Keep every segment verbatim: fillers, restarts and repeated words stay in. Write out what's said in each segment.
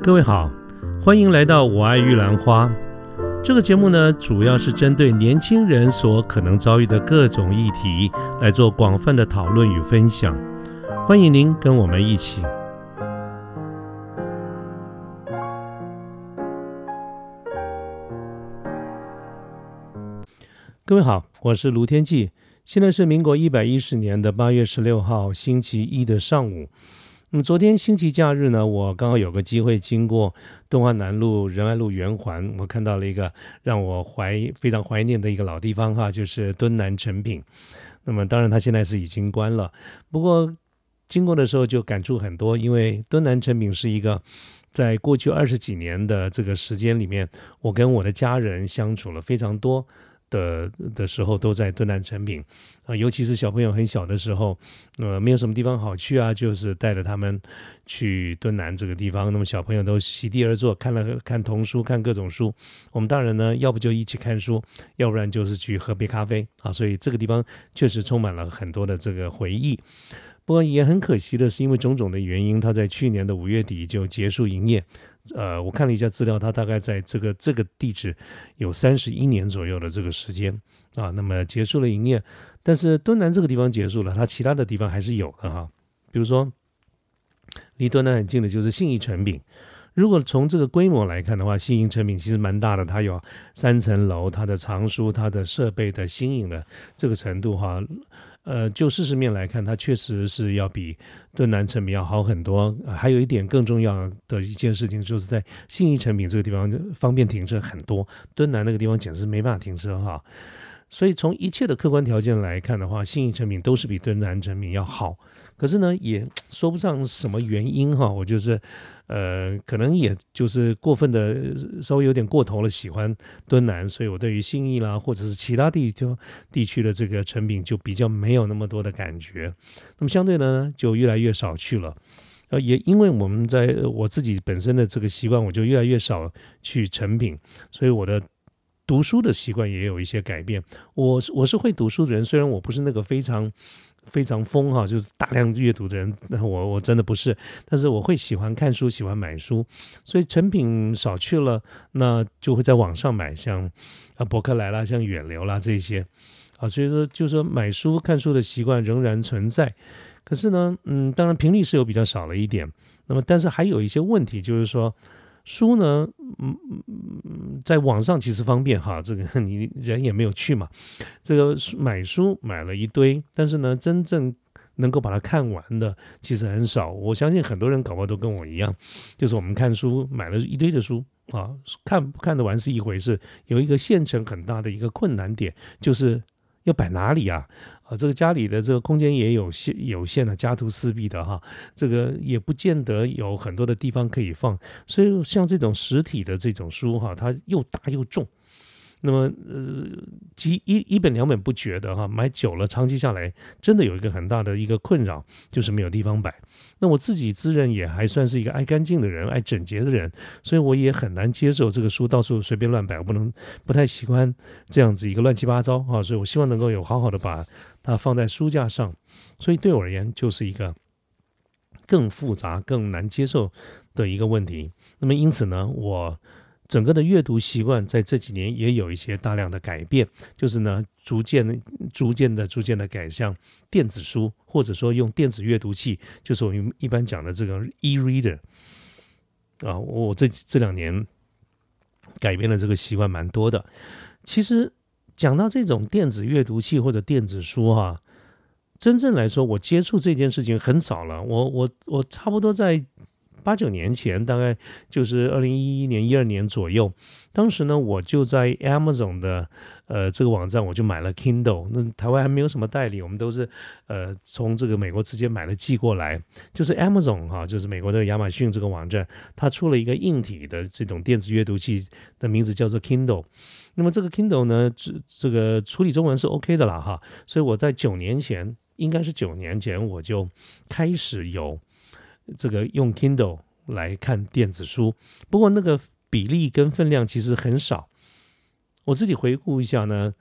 各位好，欢迎来到我爱玉兰花。这个节目呢，主要是针对年轻人所可能遭遇的各种议题来做广泛的讨论与分享。欢迎您跟我们一起。各位好，我是卢天记，现在是民国一百一十年的八月十六号星期一的上午。那么昨天星期假日呢，我刚好有个机会经过敦化南路仁爱路圆环，我看到了一个让我怀非常怀念的一个老地方哈，就是敦南诚品。那么当然它现在是已经关了，不过经过的时候就感触很多，因为敦南诚品是一个在过去二十几年的这个时间里面，我跟我的家人相处了非常多的的时候都在敦南诚品啊、呃，尤其是小朋友很小的时候，呃，没有什么地方好去啊，就是带着他们去敦南这个地方。那么小朋友都席地而坐，看了看童书，看各种书。我们大人呢，要不就一起看书，要不然就是去喝杯咖啡啊。所以这个地方确实充满了很多的这个回忆。不过也很可惜的是，因为种种的原因，它在去年的五月底就结束营业。呃，我看了一下资料，它大概在这个这个地址有三十一年左右的这个时间啊。那么结束了营业，但是敦南这个地方结束了，它其他的地方还是有的哈。比如说，离敦南很近的就是信义诚品。如果从这个规模来看的话，信义诚品其实蛮大的，它有三层楼，它的藏书、它的设备的新颖的这个程度哈。呃，就事实面来看，它确实是要比敦南诚品要好很多、呃。还有一点更重要的一件事情，就是在信义诚品这个地方方便停车很多，敦南那个地方简直没办法停车哈。所以从一切的客观条件来看的话，信义诚品都是比敦南诚品要好。可是呢，也说不上什么原因哈，我就是呃，可能也就是过分的稍微有点过头了，喜欢敦南，所以我对于信义啦或者是其他地区地区的这个诚品就比较没有那么多的感觉。那么相对的呢，就越来越少去了。呃，也因为我们在我自己本身的这个习惯，我就越来越少去诚品，所以我的读书的习惯也有一些改变。我我是会读书的人，虽然我不是那个非常非常疯哈，就是大量阅读的人，我我真的不是，但是我会喜欢看书，喜欢买书，所以诚品少去了，那就会在网上买，像啊博客来啦，像远流啦这些，啊，所以说就是说买书看书的习惯仍然存在，可是呢，嗯，当然频率是有比较少了一点，那么但是还有一些问题，就是说。书呢，嗯，在网上其实方便哈，这个你人也没有去嘛，这个买书买了一堆，但是呢，真正能够把它看完的其实很少。我相信很多人搞不好都跟我一样，就是我们看书买了一堆的书啊，看不看得完是一回事，有一个现成很大的一个困难点，就是要摆哪里啊？啊，这个家里的这个空间也有限有限的，家徒四壁的哈，这个也不见得有很多的地方可以放，所以像这种实体的这种书哈，它又大又重，那么呃，一一本两本不觉得哈，买久了长期下来，真的有一个很大的一个困扰，就是没有地方摆。那我自己自认也还算是一个爱干净的人，爱整洁的人，所以我也很难接受这个书到处随便乱摆，我不能不太喜欢这样子一个乱七八糟啊，所以我希望能够有好好的把它放在书架上，所以对我而言就是一个更复杂、更难接受的一个问题。那么因此呢，我整个的阅读习惯在这几年也有一些大量的改变，就是呢，逐渐、逐渐的、逐渐的改向电子书，或者说用电子阅读器，就是我们一般讲的这个 e-reader 啊。我这这两年改变了这个习惯蛮多的。其实讲到这种电子阅读器或者电子书哈、啊，真正来说，我接触这件事情很早了。我我我差不多在八九年前，大概就是二零一一年、一二年左右。当时呢，我就在 Amazon 的呃这个网站，我就买了 Kindle。那台湾还没有什么代理，我们都是呃从这个美国直接买了寄过来。就是 Amazon 哈、啊，就是美国的亚马逊这个网站，它出了一个硬体的这种电子阅读器的名字叫做 Kindle。那么这个 Kindle 呢，这这个处理中文是 OK 的啦哈。所以我在九年前，应该是九年前，我就开始有这个用 Kindle 来看电子书，不过那个比例跟分量其实很少。我自己回顾一下呢，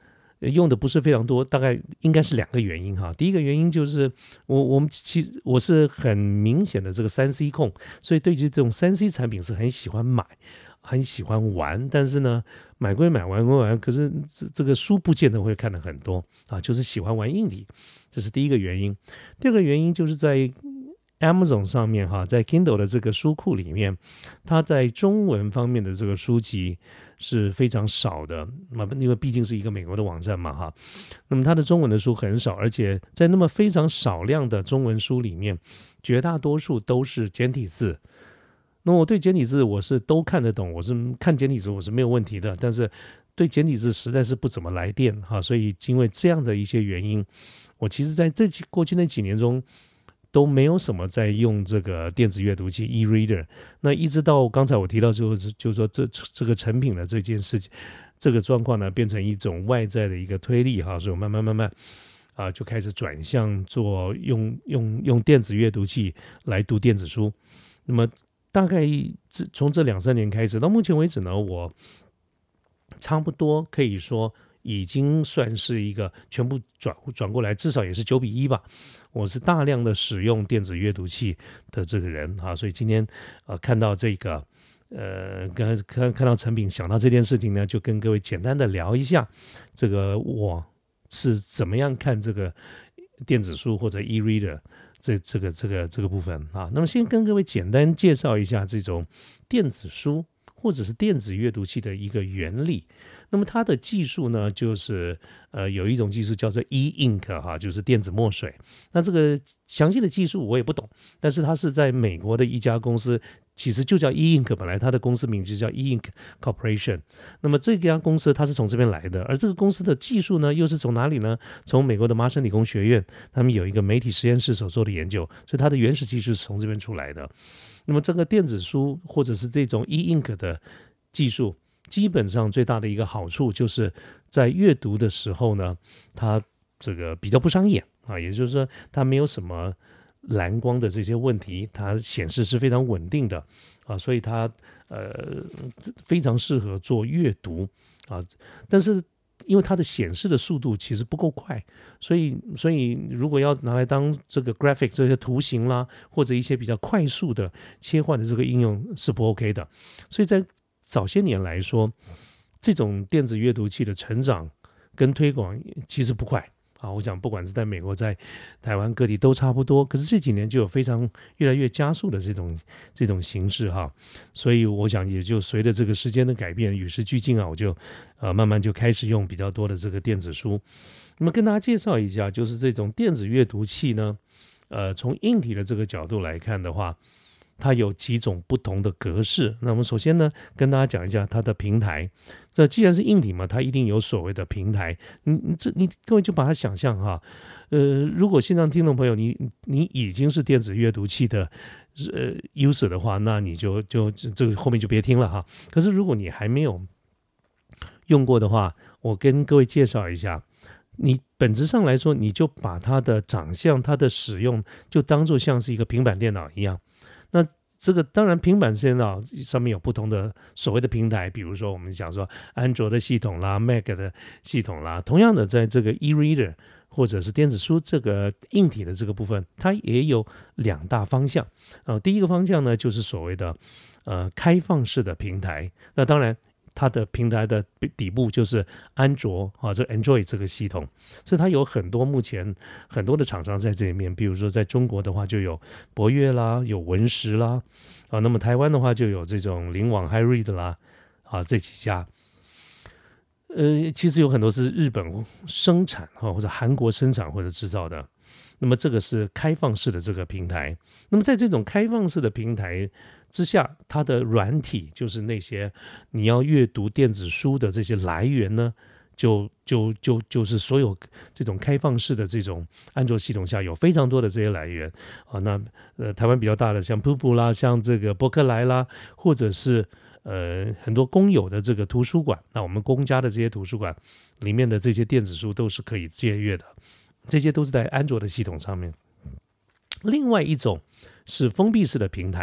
用的不是非常多，大概应该是两个原因哈。第一个原因就是我我们其实我是很明显的这个三 C 控，所以对于这种三 C 产品是很喜欢买，很喜欢玩，但是呢，买归买，玩归玩，可是这这个书不见得会看得很多啊，就是喜欢玩硬体，这是第一个原因。第二个原因就是在 Amazon 上面哈，在 Kindle 的这个书库里面，它在中文方面的这个书籍是非常少的，因为毕竟是一个美国的网站嘛哈。那么它的中文的书很少，而且在那么非常少量的中文书里面，绝大多数都是简体字。那我对简体字我是都看得懂，我是看简体字我是没有问题的，但是对简体字实在是不怎么来电哈，所以因为这样的一些原因，我其实在这过去那几年中都没有什么在用这个电子阅读器 e-reader。 那一直到刚才我提到就是就是说这这个成品的这件事情，这个状况呢变成一种外在的一个推力哈，所以我慢慢慢慢啊、呃、就开始转向做用用用电子阅读器来读电子书。那么大概从这两三年开始到目前为止呢，我差不多可以说已经算是一个全部转转过来，至少也是九比一吧。我是大量的使用电子阅读器的这个人啊，所以今天呃看到这个呃看看看到成品，想到这件事情呢，就跟各位简单的聊一下，这个我是怎么样看这个电子书或者 e-reader。这这个这个这个部分啊，那么先跟各位简单介绍一下这种电子书或者是电子阅读器的一个原理。那么它的技术呢，就是呃有一种技术叫做 e-ink 哈，就是电子墨水。那这个详细的技术我也不懂，但是它是在美国的一家公司，其实就叫 e-ink， 本来它的公司名就叫 e-ink Corporation。那么这家公司它是从这边来的，而这个公司的技术呢，又是从哪里呢？从美国的麻省理工学院，他们有一个媒体实验室所做的研究，所以它的原始技术是从这边出来的。那么这个电子书或者是这种 e-ink 的技术，基本上最大的一个好处就是在阅读的时候呢，它这个比较不伤眼啊，也就是说它没有什么蓝光的这些问题，它显示是非常稳定的啊，所以它呃非常适合做阅读啊。但是因为它的显示的速度其实不够快，所以所以如果要拿来当这个 graphic 这些图形啦，或者一些比较快速的切换的这个应用是不 OK 的。所以在早些年来说，这种电子阅读器的成长跟推广其实不快啊。我想不管是在美国在台湾各地都差不多，可是这几年就有非常越来越加速的这种这种形式哈。所以我想也就随着这个时间的改变与时俱进啊，我就呃慢慢就开始用比较多的这个电子书。那么跟大家介绍一下，就是这种电子阅读器呢，呃从硬体的这个角度来看的话，它有几种不同的格式。那我们首先呢，跟大家讲一下它的平台。这既然是硬体嘛，它一定有所谓的平台。你你这你各位就把它想象哈，呃，如果线上听众朋友你你已经是电子阅读器的呃 user 的话，那你就就这个后面就别听了哈。可是如果你还没有用过的话，我跟各位介绍一下。你本质上来说，你就把它的长相、它的使用，就当作像是一个平板电脑一样。那这个当然，平板电脑上面有不同的所谓的平台，比如说我们讲说安卓的系统啦、Mac 的系统啦。同样的，在这个 e-reader 或者是电子书这个硬体的这个部分，它也有两大方向。呃，第一个方向呢，就是所谓的呃开放式的平台。那当然，它的平台的底部就是安卓啊，这 Android 这个系统，所以它有很多目前很多的厂商在这里面，比如说在中国的话就有博越啦，有文石啦，啊，那么台湾的话就有这种灵网 HiRead 啦，啊，这几家，呃，其实有很多是日本生产哈，或者韩国生产或者制造的。那么这个是开放式的这个平台。那么在这种开放式的平台之下，它的软体就是那些你要阅读电子书的这些来源呢，就就就就是所有这种开放式的这种安卓系统下有非常多的这些来源啊。那呃台湾比较大的像 Pupu 啦，像这个博客来啦，或者是呃很多公有的这个图书馆，那我们公家的这些图书馆里面的这些电子书都是可以借阅的。这些都是在安卓的系统上面。另外一种是封闭式的平台，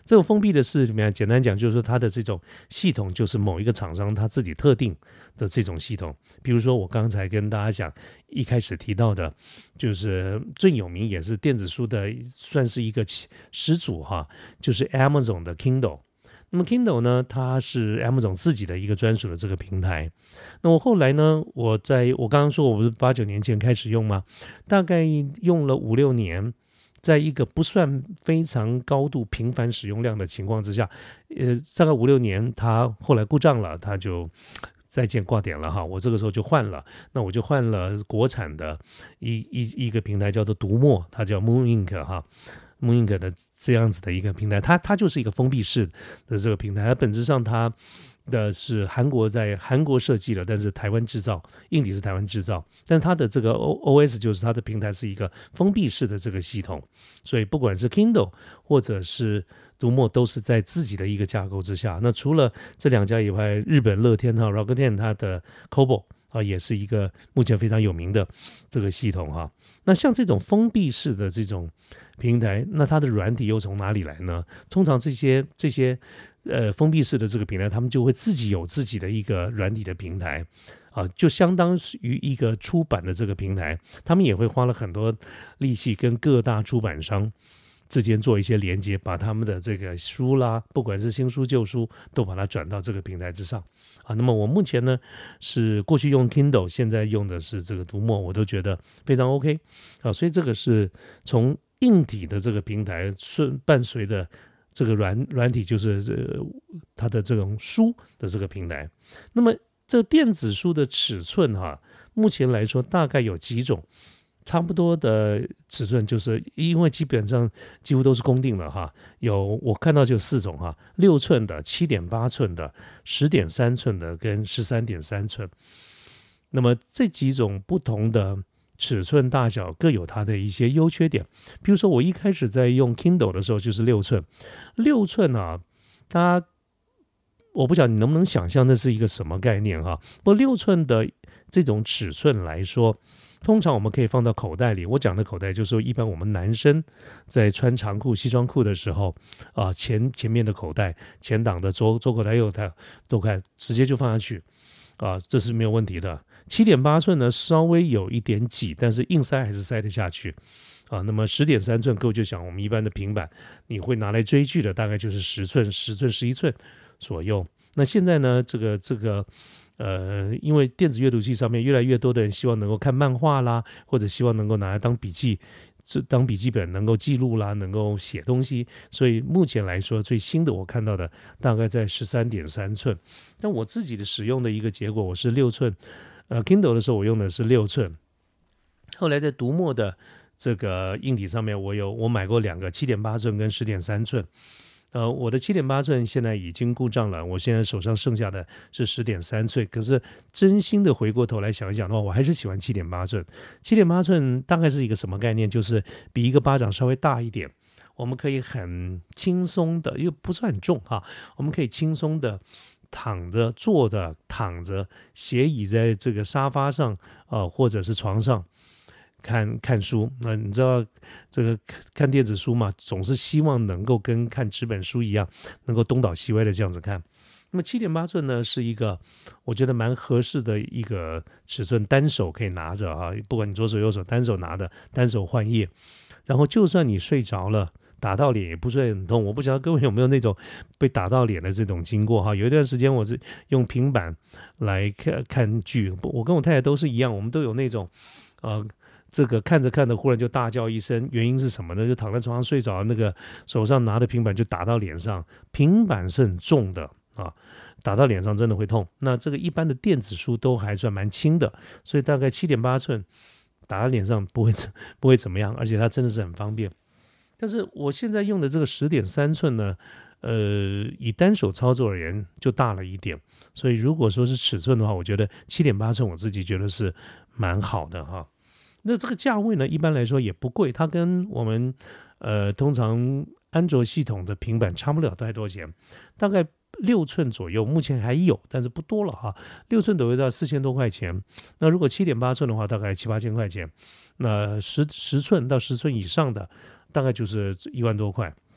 这种封闭的是怎么样？简单讲，就是说它的这种系统就是某一个厂商他自己特定的这种系统。比如说我刚才跟大家讲，一开始提到的，就是最有名也是电子书的，算是一个始祖哈，就是 Amazon 的 Kindle。那么 Kindle 呢，它是 Amazon 自己的一个专属的这个平台。那我后来呢，我在我刚刚说我不是八九年前开始用吗？大概用了五六年，在一个不算非常高度频繁使用量的情况之下，呃，大概五六年，它后来故障了，它就再见挂点了哈。我这个时候就换了，那我就换了国产的一一一个平台，叫做读墨，它叫 Moon Ink 哈。Moon Ink 的这样子的一个平台，它它就是一个封闭式的这个平台，它本质上它的是韩国在韩国设计的，但是台湾制造，硬体是台湾制造，但它的这个 O S 就是它的平台是一个封闭式的这个系统，所以不管是 Kindle 或者是读墨都是在自己的一个架构之下。那除了这两家以外，日本乐天哈 Rakuten 它的 Kobo 啊也是一个目前非常有名的这个系统哈。那像这种封闭式的这种平台，那它的软体又从哪里来呢？通常这些这些呃封闭式的这个平台，他们就会自己有自己的一个软体的平台啊，就相当于一个出版的这个平台，他们也会花了很多力气跟各大出版商之间做一些连接，把他们的这个书啦，不管是新书旧书，都把它转到这个平台之上啊。那么我目前呢是过去用 Kindle， 现在用的是这个读墨，我都觉得非常 OK 啊。所以这个是从硬体的这个平台顺伴随的这个软软体，就是这它的这种书的这个平台。那么这个电子书的尺寸哈，目前来说大概有几种。差不多的尺寸，就是因为基本上几乎都是公定了哈，有我看到就四种哈，六寸的、七点八寸的、十点三寸的跟十三点三寸。那么这几种不同的尺寸大小各有它的一些优缺点。比如说我一开始在用 Kindle 的时候就是六寸，六寸啊，它我不晓得你能不能想象那是一个什么概念哈。不过六寸的这种尺寸来说，通常我们可以放到口袋里。我讲的口袋就是说，一般我们男生在穿长裤、西装裤的时候，啊、呃，前前面的口袋、前挡的左左口袋、右口袋都看，直接就放下去，啊、呃，这是没有问题的。七点八寸呢，稍微有一点挤，但是硬塞还是塞得下去，啊，那么十点三寸，各位就想我们一般的平板，你会拿来追剧的，大概就是十寸、十寸、十一寸左右。那现在呢，这个这个。呃，因为电子阅读器上面越来越多的人希望能够看漫画啦，或者希望能够拿来当笔记，当笔记本能够记录啦，能够写东西，所以目前来说，最新的我看到的大概在十三点三寸。但我自己的使用的一个结果，我是六寸，呃 ，Kindle 的时候我用的是六寸，后来在读墨的这个硬体上面，我有我买过两个七点八寸跟十点三寸。呃，我的七点八寸现在已经故障了，我现在手上剩下的是十点三寸。可是真心的回过头来想一想的话，我还是喜欢七点八寸。七点八寸大概是一个什么概念？就是比一个巴掌稍微大一点，我们可以很轻松的，又不是很重哈，我们可以轻松的躺着、坐着、躺着，斜倚在这个沙发上啊、呃，或者是床上。看看书，那你知道这个看电子书嘛，总是希望能够跟看纸本书一样，能够东倒西歪的这样子看。那么七点八寸呢，是一个我觉得蛮合适的一个尺寸，单手可以拿着哈，不管你左手右手，单手拿的，单手换页。然后就算你睡着了，打到脸也不会很痛。我不晓得各位有没有那种被打到脸的这种经过哈？有一段时间我是用平板来看看剧，我跟我太太都是一样，我们都有那种呃。这个看着看着，忽然就大叫一声，原因是什么呢？就躺在床上睡着，那个手上拿的平板就打到脸上，平板是很重的啊，打到脸上真的会痛。那这个一般的电子书都还算蛮轻的，所以大概七点八寸打到脸上不会不会怎么样，而且它真的是很方便。但是我现在用的这个十点三寸呢，呃，以单手操作而言就大了一点，所以如果说是尺寸的话，我觉得七点八寸我自己觉得是蛮好的哈。那这个价位呢，一般来说也不贵，它跟我们呃通常安卓系统的平板差不了太多钱，大概六寸左右，目前还有，但是不多了哈。六寸左右到四千多块钱，那如果七点八寸的话，大概七八千块钱。那十十寸到十寸以上的，大概就是一万多块。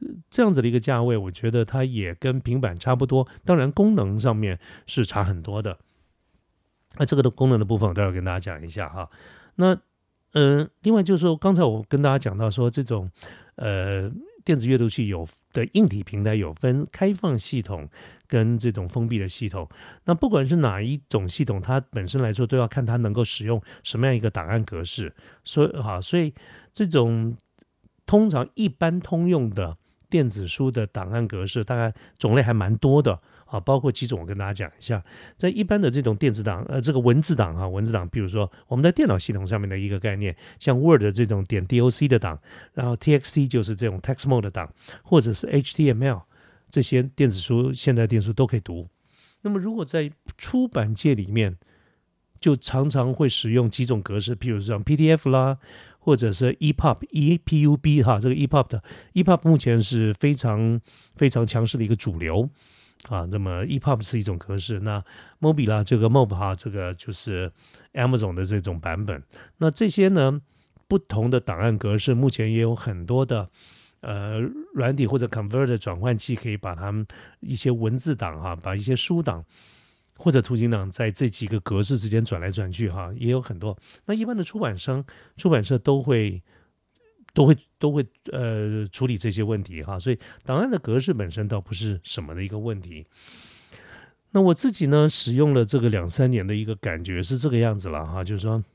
这样子的一个价位，我觉得它也跟平板差不多，当然功能上面是差很多的。那这个的功能的部分，我待会跟大家讲一下哈。那嗯、呃，另外就是说，刚才我跟大家讲到说，这种呃电子阅读器有的硬体平台有分开放系统跟这种封闭的系统。那不管是哪一种系统，它本身来说都要看它能够使用什么样一个档案格式。所以好，所以这种通常一般通用的电子书的档案格式，大概种类还蛮多的啊，包括几种，我跟大家讲一下。在一般的这种电子档，呃，这个文字档哈，文字档，比如说我们在电脑系统上面的一个概念，像 Word 这种点 doc 的档，然后 txt 就是这种 text mode 的档，或者是 H T M L 这些电子书，现在电子书都可以读。那么如果在出版界里面，就常常会使用几种格式，譬如像 P D F 啦，或者是 E P U B，E P U B 哈，这个 E P U B 的 E P U B 目前是非常非常强势的一个主流啊。那么 E P U B 是一种格式，那 Mobile 这个 Mob 哈，这个就是 Amazon 的这种版本。那这些呢，不同的档案格式，目前也有很多的呃软体或者 Converter 转换器，可以把它们一些文字档哈，把一些书档或者图形档在这几个格式之间转来转去哈，也有很多。那一般的出版商、出版社都会、都会、都会呃处理这些问题哈，所以档案的格式本身倒不是什么的一个问题。那我自己呢，使用了这个两三年的一个感觉是这个样子了哈，就是说，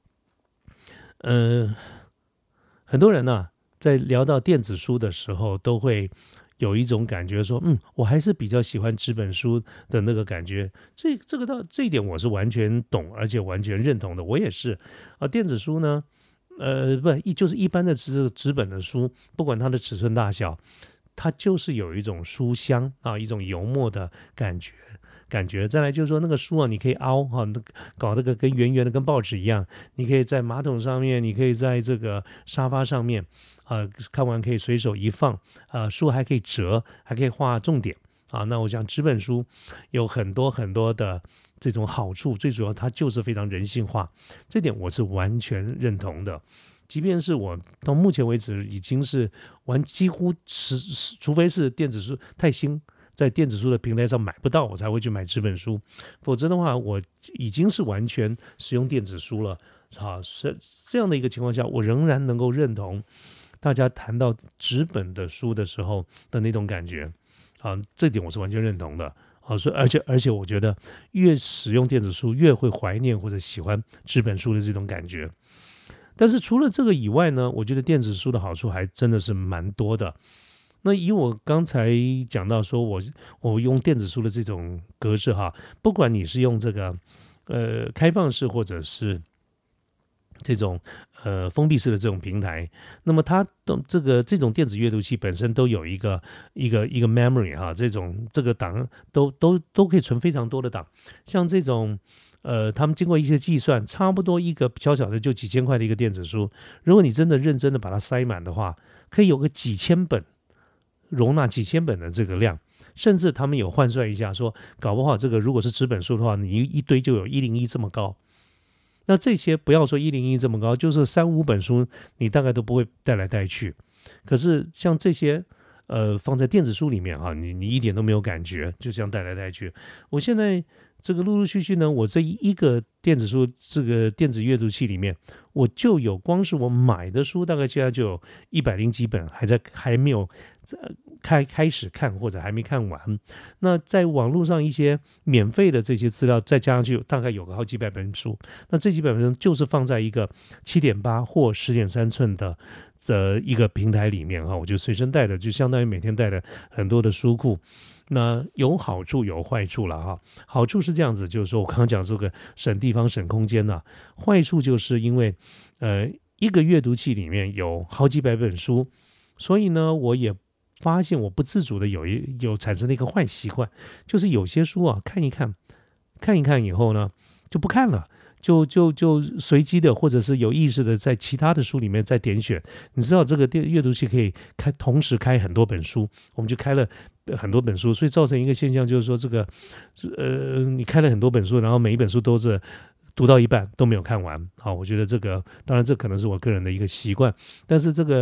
呃，很多人呢、啊、在聊到电子书的时候，都会有一种感觉说，嗯，我还是比较喜欢纸本书的那个感觉。这这个到这一点我是完全懂，而且完全认同的。我也是啊，电子书呢，呃，不，一就是一般的纸纸本的书，不管它的尺寸大小，它就是有一种书香啊，一种油墨的感觉。感觉再来就是说那个书啊，你可以凹哈，搞那个跟圆圆的，跟报纸一样。你可以在马桶上面，你可以在这个沙发上面，啊、呃，看完可以随手一放，啊、呃，书还可以折，还可以画重点啊。那我想纸本书有很多很多的这种好处，最主要它就是非常人性化，这点我是完全认同的。即便是我到目前为止已经是完几乎是，除非是电子书太新，在电子书的平台上买不到，我才会去买纸本书。否则的话，我已经是完全使用电子书了。好，是这样的一个情况下，我仍然能够认同大家谈到纸本的书的时候的那种感觉。啊，这点我是完全认同的。啊，所以而且而且，我觉得越使用电子书，越会怀念或者喜欢纸本书的这种感觉。但是除了这个以外呢，我觉得电子书的好处还真的是蛮多的。那以我刚才讲到说我我用电子书的这种格式哈，不管你是用这个呃开放式或者是这种呃封闭式的这种平台，那么它的这个这种电子阅读器本身都有一个一个一个 memory 哈，这种这个档都都都可以存非常多的档，像这种呃他们经过一些计算，差不多一个小小的就几千块的一个电子书，如果你真的认真的把它塞满的话，可以有个几千本。容纳几千本的这个量，甚至他们有换算一下说，搞不好这个如果是纸本书的话，你一堆就有一零一这么高。那这些不要说一零一这么高，就是三五本书你大概都不会带来带去。可是像这些呃放在电子书里面哈，你你一点都没有感觉，就这样带来带去。我现在这个陆陆续续呢，我这一个电子书这个电子阅读器里面，我就有光是我买的书，大概现在就有一百零几本还在还没有开开始看或者还没看完。那在网络上一些免费的这些资料再加上去，大概有个好几百本书。那这几百本书就是放在一个七点八或十点三寸的这一个平台里面哈，我就随身带的，就相当于每天带的很多的书库。那有好处有坏处了哈。好处是这样子，就是说我刚刚讲这个省地方省空间呐、啊，坏处就是因为呃一个阅读器里面有好几百本书，所以呢我也发现我不自主的有一有产生了一个坏习惯，就是有些书啊看一看看一看以后呢就不看了。就就就随机的，或者是有意识的，在其他的书里面再点选。你知道这个电阅读器可以开同时开很多本书，我们就开了很多本书，所以造成一个现象，就是说这个呃，你开了很多本书，然后每一本书都是读到一半都没有看完。好，我觉得这个当然这可能是我个人的一个习惯，但是这个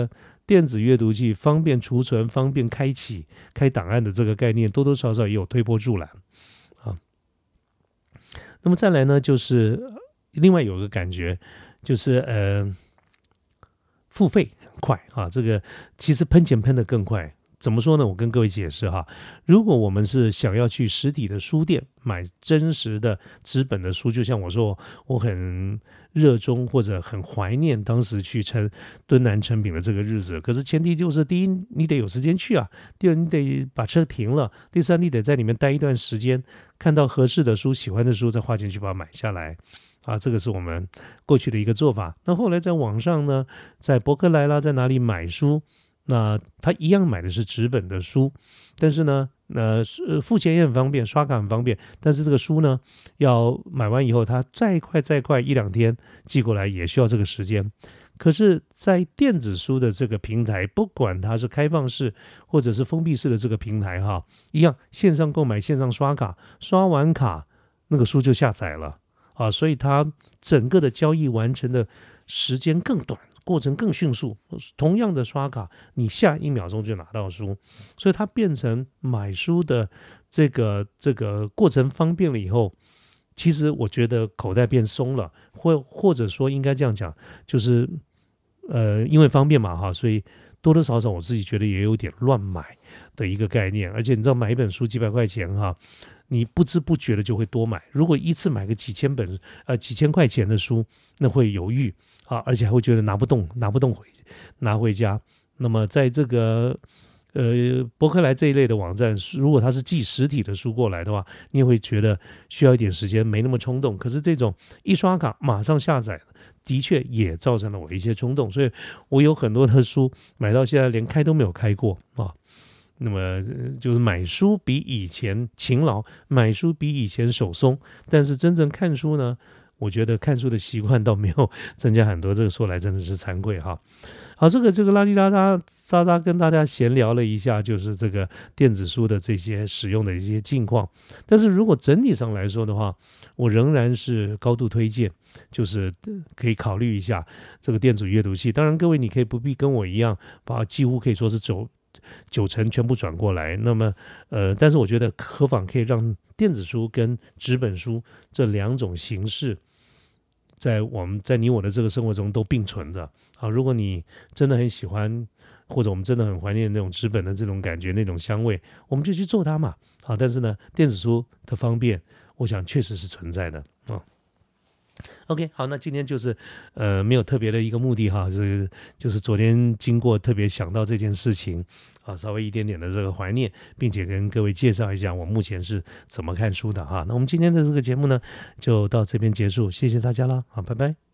电子阅读器方便储存、方便开启、开档案的这个概念，多多少少也有推波助澜啊。那么再来呢，就是另外有一个感觉，就是呃，付费很快啊，这个其实喷钱喷得更快。怎么说呢？我跟各位解释哈，如果我们是想要去实体的书店买真实的纸本的书，就像我说，我很热衷或者很怀念当时去成敦南成品的这个日子。可是前提就是，第一，你得有时间去啊；第二，你得把车停了；第三，你得在里面待一段时间，看到合适的书、喜欢的书，再花钱去把它买下来。啊，这个是我们过去的一个做法。那后来在网上呢，在博客来啦，在哪里买书？那他一样买的是纸本的书，但是呢，呃，付钱也很方便，刷卡很方便。但是这个书呢，要买完以后，它再快再快一两天寄过来也需要这个时间。可是，在电子书的这个平台，不管它是开放式或者是封闭式的这个平台哈，一样线上购买、线上刷卡，刷完卡那个书就下载了啊，所以它整个的交易完成的时间更短。过程更迅速，同样的刷卡，你下一秒钟就拿到书，所以它变成买书的这个这个过程方便了以后，其实我觉得口袋变松了，或或者说应该这样讲，就是呃因为方便嘛哈，所以多多少少我自己觉得也有点乱买的一个概念，而且你知道买一本书几百块钱哈，你不知不觉的就会多买，如果一次买个几千本呃几千块钱的书，那会犹豫。啊，而且还会觉得拿不动，拿不动回拿回家。那么在这个呃博客来这一类的网站，如果它是寄实体的书过来的话，你也会觉得需要一点时间，没那么冲动。可是这种一刷卡马上下载，的确也造成了我一些冲动，所以我有很多的书买到现在连开都没有开过啊。那么就是买书比以前勤劳，买书比以前手松，但是真正看书呢？我觉得看书的习惯倒没有增加很多，这个说来真的是惭愧哈。好，这个这个拉里拉拉喳喳跟大家闲聊了一下，就是这个电子书的这些使用的一些近况。但是如果整体上来说的话，我仍然是高度推荐，就是可以考虑一下这个电子阅读器。当然，各位你可以不必跟我一样，把几乎可以说是走九成全部转过来。那么，呃，但是我觉得何妨可以让电子书跟纸本书这两种形式。在我们在你我的这个生活中都并存的啊！如果你真的很喜欢，或者我们真的很怀念那种纸本的这种感觉、那种香味，我们就去做它嘛！啊，但是呢，电子书的方便，我想确实是存在的啊。OK， 好，那今天就是呃没有特别的一个目的哈，是就是昨天经过特别想到这件事情啊，稍微一点点的这个怀念，并且跟各位介绍一下我目前是怎么看书的哈。那我们今天的这个节目呢，就到这边结束，谢谢大家啦，好，拜拜。